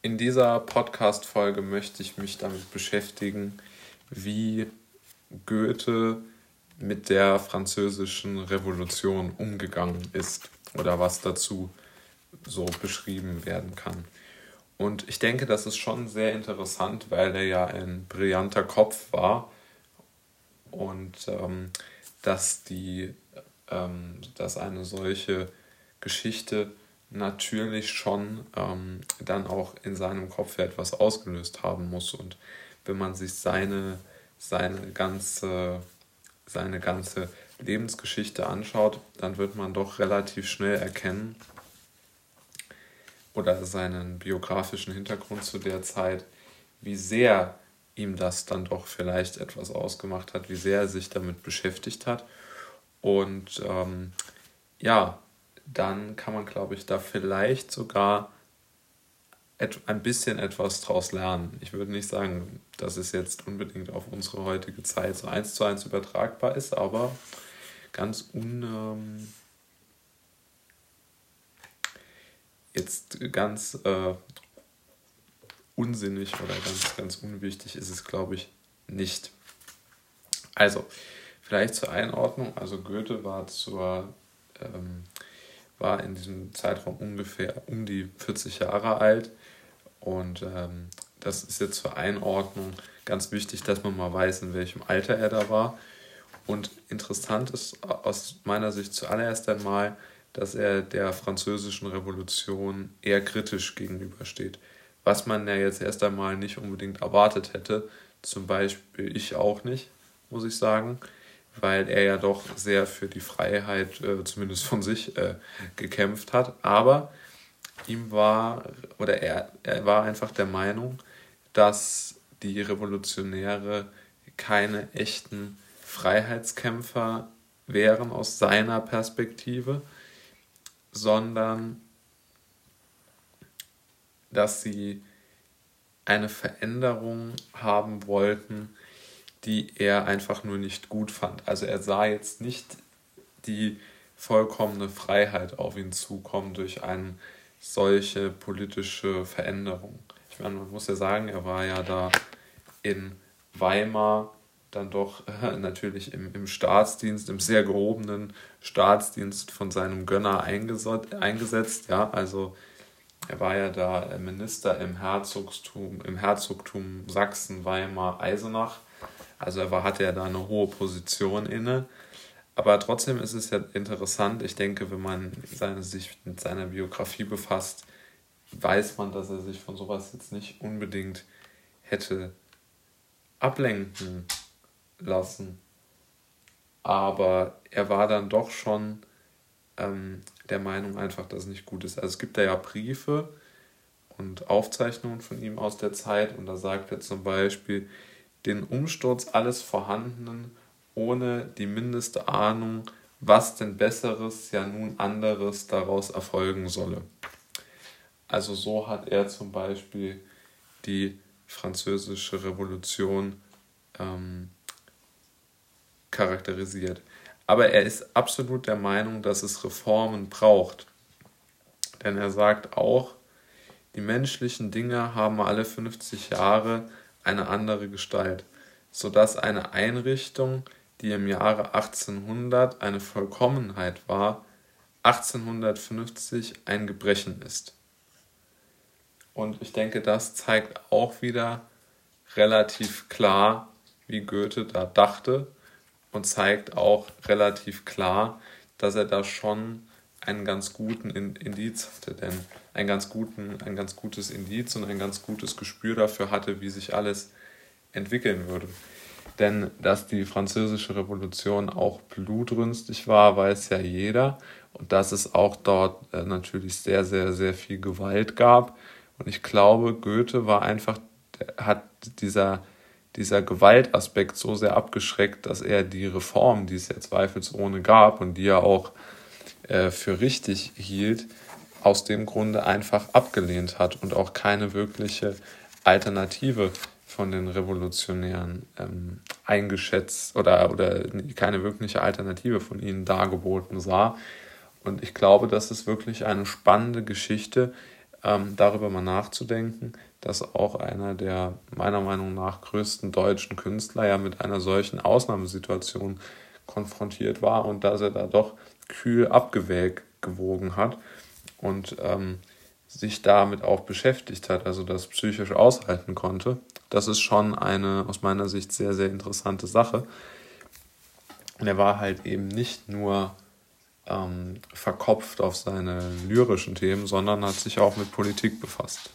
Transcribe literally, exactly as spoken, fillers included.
In dieser Podcast-Folge möchte ich mich damit beschäftigen, wie Goethe mit der Französischen Revolution umgegangen ist oder was dazu so beschrieben werden kann. Und ich denke, das ist schon sehr interessant, weil er ja ein brillanter Kopf war und ähm, dass, die, ähm, dass eine solche Geschichte natürlich schon ähm, dann auch in seinem Kopf etwas ausgelöst haben muss. Und wenn man sich seine, seine, ganze, seine ganze Lebensgeschichte anschaut, dann wird man doch relativ schnell erkennen, oder seinen biografischen Hintergrund zu der Zeit, wie sehr ihm das dann doch vielleicht etwas ausgemacht hat, wie sehr er sich damit beschäftigt hat. Und ähm, ja, dann kann man, glaube ich, da vielleicht sogar et- ein bisschen etwas draus lernen. Ich würde nicht sagen, dass es jetzt unbedingt auf unsere heutige Zeit so eins zu eins übertragbar ist, aber ganz un... Ähm, jetzt ganz äh, unsinnig oder ganz, ganz unwichtig ist es, glaube ich, nicht. Also, vielleicht zur Einordnung. Also Goethe war zur... Ähm, war in diesem Zeitraum ungefähr um die vierzig Jahre alt und ähm, das ist jetzt zur Einordnung ganz wichtig, dass man mal weiß, in welchem Alter er da war. Und interessant ist aus meiner Sicht zuallererst einmal, dass er der Französischen Revolution eher kritisch gegenübersteht, was man ja jetzt erst einmal nicht unbedingt erwartet hätte, zum Beispiel ich auch nicht, muss ich sagen, weil er ja doch sehr für die Freiheit, äh, zumindest von sich, äh, gekämpft hat. Aber ihm war, oder er, er war einfach der Meinung, dass die Revolutionäre keine echten Freiheitskämpfer wären aus seiner Perspektive, sondern dass sie eine Veränderung haben wollten, die er einfach nur nicht gut fand. Also er sah jetzt nicht die vollkommene Freiheit auf ihn zukommen durch eine solche politische Veränderung. Ich meine, man muss ja sagen, er war ja da in Weimar dann doch äh, natürlich im, im Staatsdienst, im sehr gehobenen Staatsdienst von seinem Gönner eingesetzt, eingesetzt. Ja, also er war ja da Minister im Herzogtum, im Herzogtum Sachsen, Weimar, Eisenach. Also er war, hatte ja da eine hohe Position inne. Aber trotzdem ist es ja interessant, ich denke, wenn man seine, sich mit seiner Biografie befasst, weiß man, dass er sich von sowas jetzt nicht unbedingt hätte ablenken lassen. Aber er war dann doch schon ähm, der Meinung einfach, dass es nicht gut ist. Also es gibt da ja Briefe und Aufzeichnungen von ihm aus der Zeit und da sagt er zum Beispiel, den Umsturz alles Vorhandenen ohne die mindeste Ahnung, was denn Besseres, ja nun anderes daraus erfolgen solle. Also so hat er zum Beispiel die Französische Revolution ähm, charakterisiert. Aber er ist absolut der Meinung, dass es Reformen braucht. Denn er sagt auch, die menschlichen Dinge haben alle fünfzig Jahre eine andere Gestalt, sodass eine Einrichtung, die im Jahre achtzehnhundert eine Vollkommenheit war, achtzehnhundertfünfzig ein Gebrechen ist. Und ich denke, das zeigt auch wieder relativ klar, wie Goethe da dachte und zeigt auch relativ klar, dass er da schon einen ganz guten Indiz hatte, denn ein ganz, guten, ein ganz gutes Indiz und ein ganz gutes Gespür dafür hatte, wie sich alles entwickeln würde. Denn dass die Französische Revolution auch blutrünstig war, weiß ja jeder. Und dass es auch dort äh, natürlich sehr, sehr, sehr viel Gewalt gab. Und ich glaube, Goethe war einfach, hat dieser, dieser Gewaltaspekt so sehr abgeschreckt, dass er die Reform, die es ja zweifelsohne gab und die er auch äh, für richtig hielt, aus dem Grunde einfach abgelehnt hat und auch keine wirkliche Alternative von den Revolutionären ähm, eingeschätzt oder, oder keine wirkliche Alternative von ihnen dargeboten sah. Und ich glaube, das ist wirklich eine spannende Geschichte, ähm, darüber mal nachzudenken, dass auch einer der meiner Meinung nach größten deutschen Künstler ja mit einer solchen Ausnahmesituation konfrontiert war und dass er da doch kühl abgewägt gewogen hat und ähm, sich damit auch beschäftigt hat, also das psychisch aushalten konnte. Das ist schon eine aus meiner Sicht sehr, sehr interessante Sache. Und er war halt eben nicht nur ähm, verkopft auf seine lyrischen Themen, sondern hat sich auch mit Politik befasst.